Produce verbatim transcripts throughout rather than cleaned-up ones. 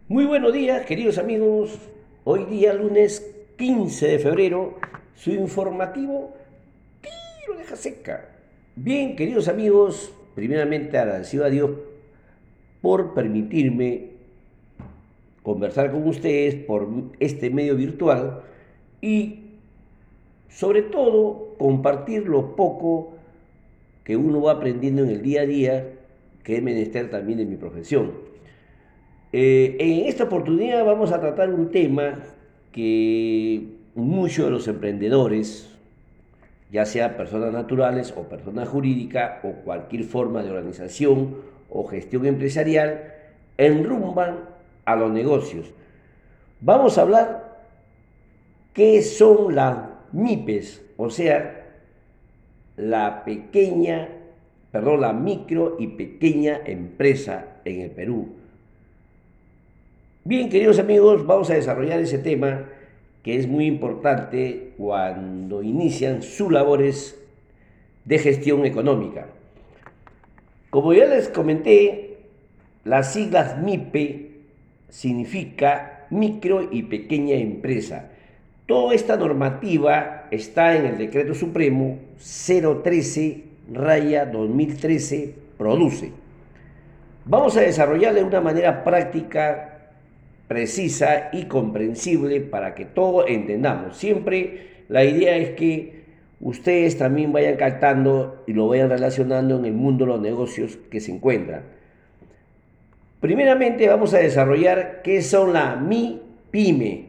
Muy buenos días, queridos amigos. Hoy día, lunes quince de febrero, su informativo tiro deja seca. Bien, queridos amigos, primeramente agradecido a Dios por permitirme conversar con ustedes por este medio virtual y sobre todo compartir lo poco que uno va aprendiendo en el día a día, que es menester también de mi profesión. Eh, en esta oportunidad vamos a tratar un tema que muchos de los emprendedores, ya sea personas naturales o personas jurídicas o cualquier forma de organización o gestión empresarial, enrumban a los negocios. Vamos a hablar qué son las MIPES, o sea, la pequeña, perdón, la micro y pequeña empresa en el Perú. Bien, queridos amigos, vamos a desarrollar ese tema que es muy importante cuando inician sus labores de gestión económica. Como ya les comenté, las siglas MIPE significa micro y pequeña empresa. Toda esta normativa está en el Decreto Supremo cero trece dos mil trece Produce. Vamos a desarrollarla de una manera práctica, precisa y comprensible para que todos entendamos. Siempre la idea es que ustedes también vayan captando y lo vayan relacionando en el mundo de los negocios que se encuentran. Primeramente vamos a desarrollar qué son la MIPYME.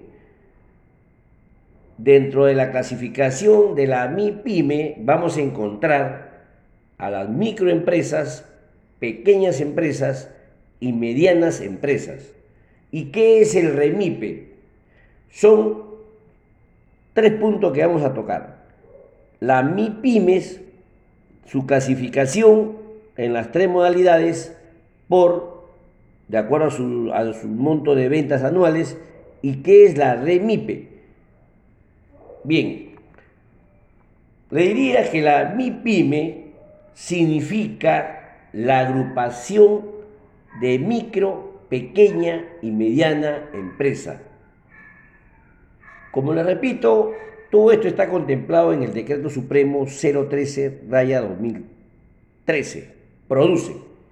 Dentro de la clasificación de la MIPYME vamos a encontrar a las microempresas, pequeñas empresas y medianas empresas. ¿Y qué es el REMIPE? Son tres puntos que vamos a tocar. La MIPYMES, su clasificación en las tres modalidades por, de acuerdo a su, a su monto de ventas anuales, y qué es la REMIPE. Bien, le diría que la MIPYME significa la agrupación de micro, pequeña y mediana empresa. Como le repito, todo esto está contemplado en el Decreto Supremo cero trece dos mil trece. Produce.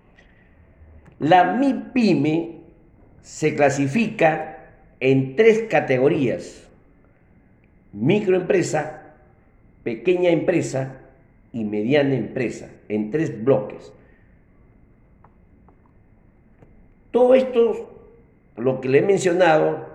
La MIPYME se clasifica en tres categorías: microempresa, pequeña empresa y mediana empresa, en tres bloques. Todo esto, lo que le he mencionado,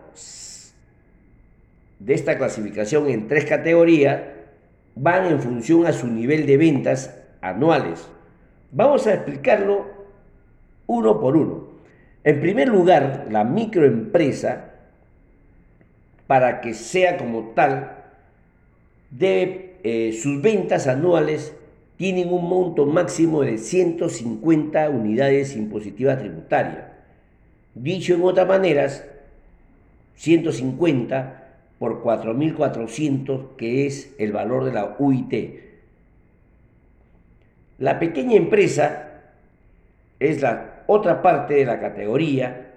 de esta clasificación en tres categorías, van en función a su nivel de ventas anuales. Vamos a explicarlo uno por uno. En primer lugar, la microempresa, para que sea como tal, debe, eh, sus ventas anuales tienen un monto máximo de ciento cincuenta unidades impositivas tributarias. Dicho en otras maneras, ciento cincuenta por cuatro mil cuatrocientos, que es el valor de la U I T. La pequeña empresa es la otra parte de la categoría.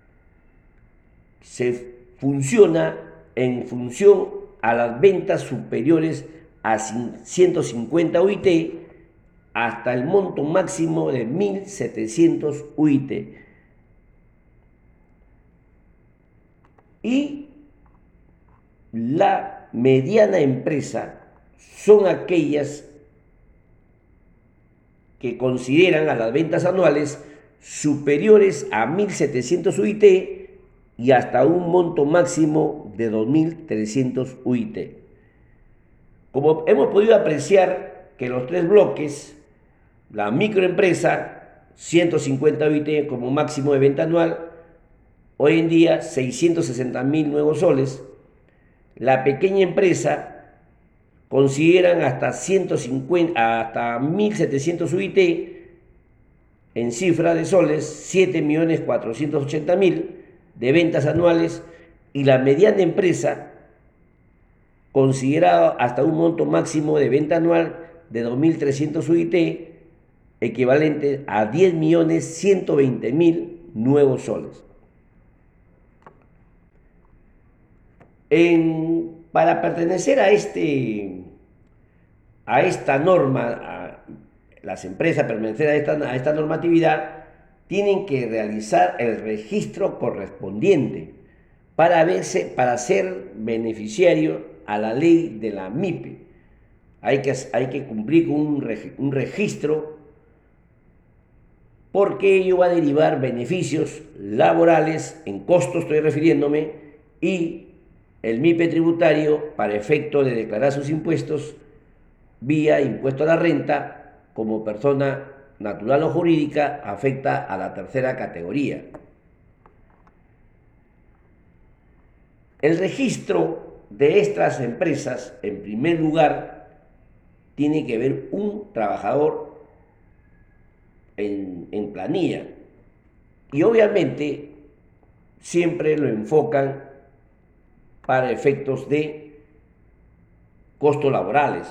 Se funciona en función a las ventas superiores a ciento cincuenta U I T hasta el monto máximo de mil setecientos U I T. Y la mediana empresa son aquellas que consideran a las ventas anuales superiores a mil setecientos U I T y hasta un monto máximo de dos mil trescientos U I T. Como hemos podido apreciar que los tres bloques, la microempresa, ciento cincuenta U I T como máximo de venta anual, hoy en día seiscientos sesenta mil nuevos soles. La pequeña empresa consideran hasta ciento cincuenta, hasta mil setecientos U I T en cifra de soles, siete millones cuatrocientos ochenta mil de ventas anuales, y la mediana empresa considerada hasta un monto máximo de venta anual de dos mil trescientos U I T, equivalente a diez millones ciento veinte mil nuevos soles. En, para pertenecer a, este, a esta norma, a las empresas pertenecer a esta, a esta normatividad, tienen que realizar el registro correspondiente para, verse, para ser beneficiario a la ley de la M I P E. Hay que, hay que cumplir con un, un registro, porque ello va a derivar beneficios laborales, en costos estoy refiriéndome, y el M I P E tributario para efecto de declarar sus impuestos vía impuesto a la renta como persona natural o jurídica afecta a la tercera categoría. El registro de estas empresas, en primer lugar, tiene que ver un trabajador en, en planilla. Y obviamente siempre lo enfocan para efectos de costos laborales.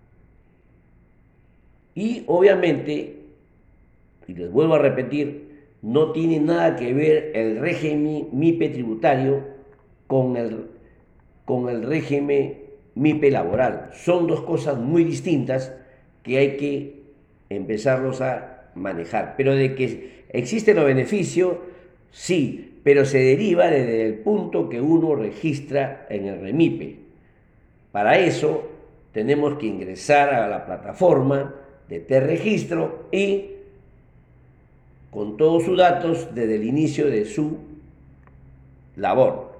Y obviamente, y les vuelvo a repetir, no tiene nada que ver el régimen M I P E tributario con el, con el régimen M I P E laboral. Son dos cosas muy distintas que hay que empezarlos a manejar. Pero de que existen los beneficios, sí, pero se deriva desde el punto que uno registra en el REMIPE. Para eso tenemos que ingresar a la plataforma de T-Registro y con todos sus datos desde el inicio de su labor.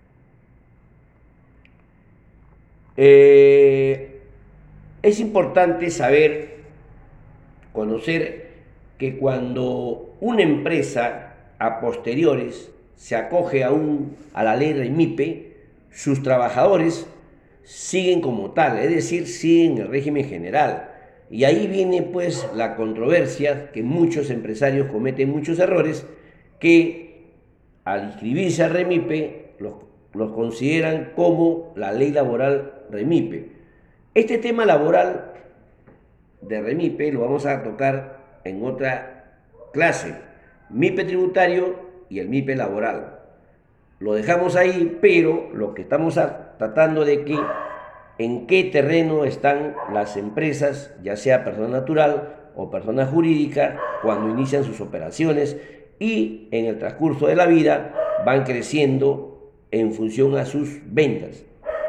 Eh, es importante saber, conocer que cuando una empresa a posteriores se acoge a, un, a la ley REMIPE, sus trabajadores siguen como tal, es decir, siguen el régimen general. Y ahí viene pues la controversia, que muchos empresarios cometen muchos errores, que al inscribirse al REMIPE los, los consideran como la ley laboral REMIPE. Este tema laboral de REMIPE lo vamos a tocar en otra clase, M I P E tributario y el M I P E laboral. Lo dejamos ahí, pero lo que estamos tratando de que en qué terreno están las empresas, ya sea persona natural o persona jurídica, cuando inician sus operaciones y en el transcurso de la vida van creciendo en función a sus ventas.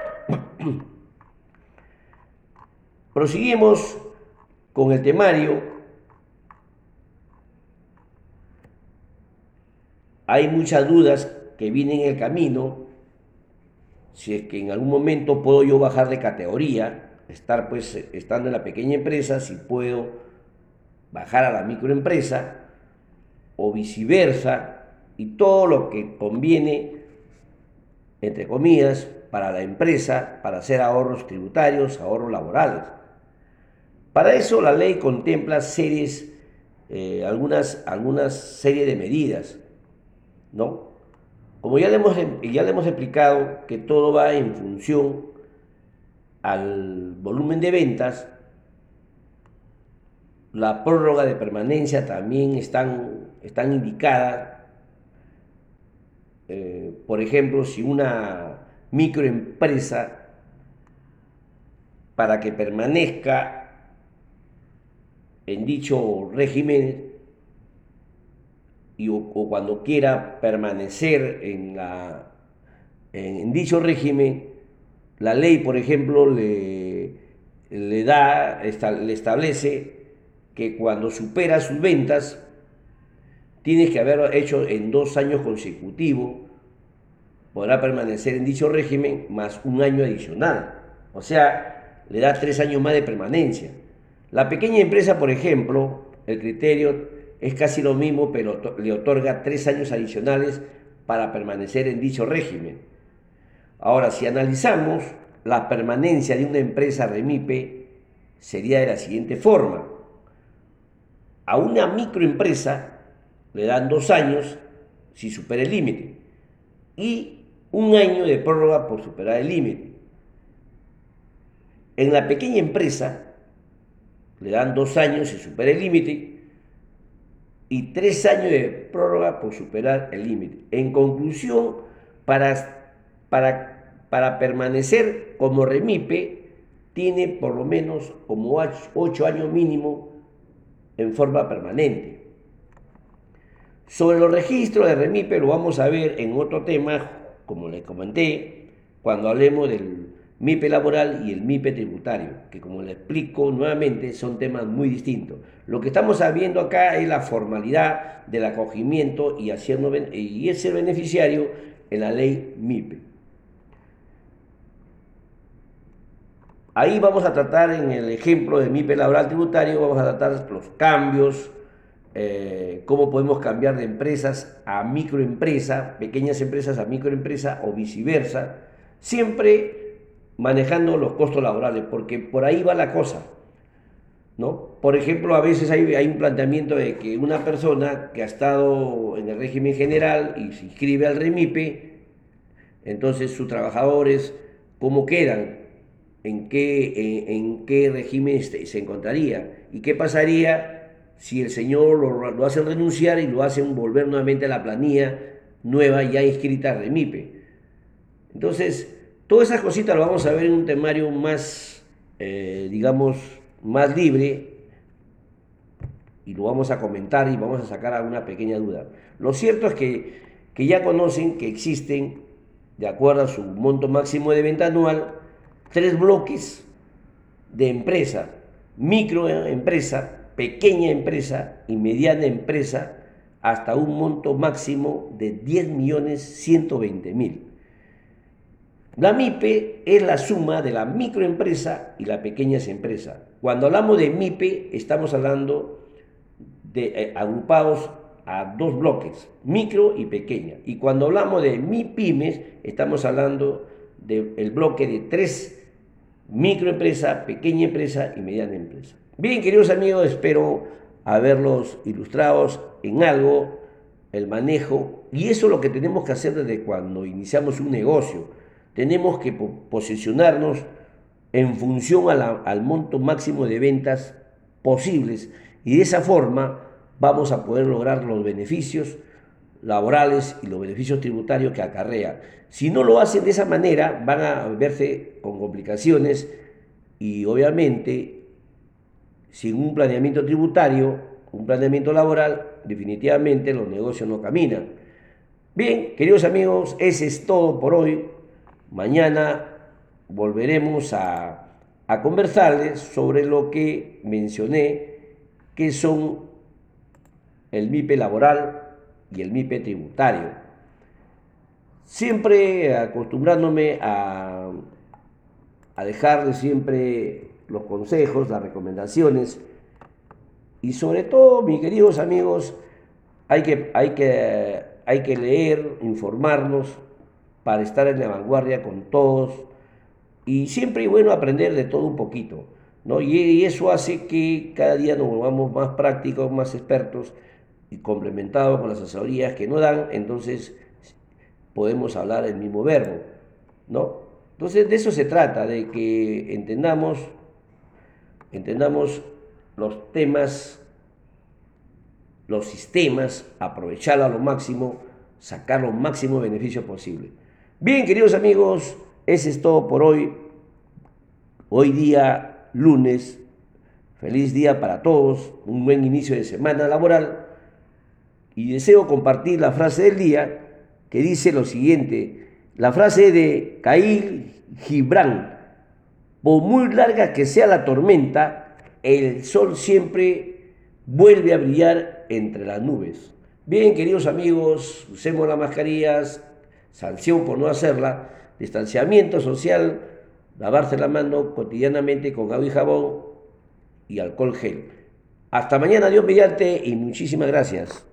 Proseguimos con el temario. Hay muchas dudas que vienen en el camino. Si es que en algún momento puedo yo bajar de categoría, estar pues estando en la pequeña empresa, si puedo bajar a la microempresa o viceversa, y todo lo que conviene, entre comillas, para la empresa, para hacer ahorros tributarios, ahorros laborales. Para eso la ley contempla series, eh, algunas, algunas series de medidas, ¿no? Como ya le, hemos, ya le hemos explicado que todo va en función al volumen de ventas, la prórroga de permanencia también están, están indicadas. Eh, por ejemplo, si una microempresa, para que permanezca en dicho régimen y, o, o cuando quiera permanecer en, la, en, en dicho régimen, la ley, por ejemplo, le, le da, esta, le establece que cuando supera sus ventas, tienes que haber hecho en dos años consecutivos, podrá permanecer en dicho régimen más un año adicional. O sea, le da tres años más de permanencia. La pequeña empresa, por ejemplo, el criterio es casi lo mismo, pero le otorga tres años adicionales para permanecer en dicho régimen. Ahora, si analizamos la permanencia de una empresa REMIPE, sería de la siguiente forma. A una microempresa le dan dos años si supera el límite y un año de prórroga por superar el límite. En la pequeña empresa le dan dos años si supera el límite y tres años de prórroga por superar el límite. En conclusión, para, para para permanecer como REMIPE tiene por lo menos como ocho años mínimo en forma permanente. Sobre los registros de REMIPE lo vamos a ver en otro tema, como les comenté, cuando hablemos del MIPE laboral y el MIPE tributario, que como les explico nuevamente son temas muy distintos. Lo que estamos viendo acá es la formalidad del acogimiento y, haciendo, y es ser beneficiario en la ley MIPE. Ahí vamos a tratar en el ejemplo de MIPE laboral tributario, vamos a tratar los cambios, eh, cómo podemos cambiar de empresas a microempresa, pequeñas empresas a microempresa o viceversa, siempre manejando los costos laborales, porque por ahí va la cosa, ¿no? Por ejemplo, a veces hay, hay un planteamiento de que una persona que ha estado en el régimen general y se inscribe al REMIPE, entonces sus trabajadores, ¿cómo quedan? ¿En qué, en, en qué régimen se encontraría? ¿Y qué pasaría si el señor lo, lo hacen renunciar y lo hacen volver nuevamente a la planilla nueva ya inscrita al REMIPE? Entonces, todas esas cositas lo vamos a ver en un temario más, eh, digamos, más libre, y lo vamos a comentar y vamos a sacar alguna pequeña duda. Lo cierto es que, que ya conocen que existen, de acuerdo a su monto máximo de venta anual, tres bloques de empresa: microempresa, pequeña empresa y mediana empresa, hasta un monto máximo de diez millones ciento veinte mil. La MIPE es la suma de la microempresa y la pequeña empresa. Cuando hablamos de MIPE, estamos hablando de eh, agrupados a dos bloques, micro y pequeña. Y cuando hablamos de MIPYMES, estamos hablando del bloque de tres: microempresa, pequeña empresa y mediana empresa. Bien, queridos amigos, espero haberlos ilustrados en algo el manejo, y eso es lo que tenemos que hacer desde cuando iniciamos un negocio. Tenemos que posicionarnos en función a la, al monto máximo de ventas posibles, y de esa forma vamos a poder lograr los beneficios laborales y los beneficios tributarios que acarrea. Si no lo hacen de esa manera, van a verse con complicaciones, y obviamente sin un planeamiento tributario, un planeamiento laboral, definitivamente los negocios no caminan. Bien, queridos amigos, ese es todo por hoy. Mañana volveremos a, a conversarles sobre lo que mencioné, que son el MIPE laboral y el MIPE tributario. Siempre acostumbrándome a, a dejarles siempre los consejos, las recomendaciones, y sobre todo, mis queridos amigos, hay que, hay que, hay que leer, informarnos, para estar en la vanguardia con todos, y siempre es bueno aprender de todo un poquito, ¿no? Y, y eso hace que cada día nos volvamos más prácticos, más expertos, y complementado con las asesorías que nos dan, entonces podemos hablar el mismo verbo, ¿no? Entonces de eso se trata, de que entendamos, entendamos los temas, los sistemas, aprovecharlo a lo máximo, sacar los máximos beneficios posibles. Bien, queridos amigos, ese es todo por hoy. Hoy día, lunes, feliz día para todos, un buen inicio de semana laboral, y deseo compartir la frase del día, que dice lo siguiente. La frase de Khalil Gibran: por muy larga que sea la tormenta, el sol siempre vuelve a brillar entre las nubes. Bien, queridos amigos, usemos las mascarillas, sanción por no hacerla, distanciamiento social, lavarse la mano cotidianamente con agua y jabón y alcohol gel. Hasta mañana, Dios mediante, y muchísimas gracias.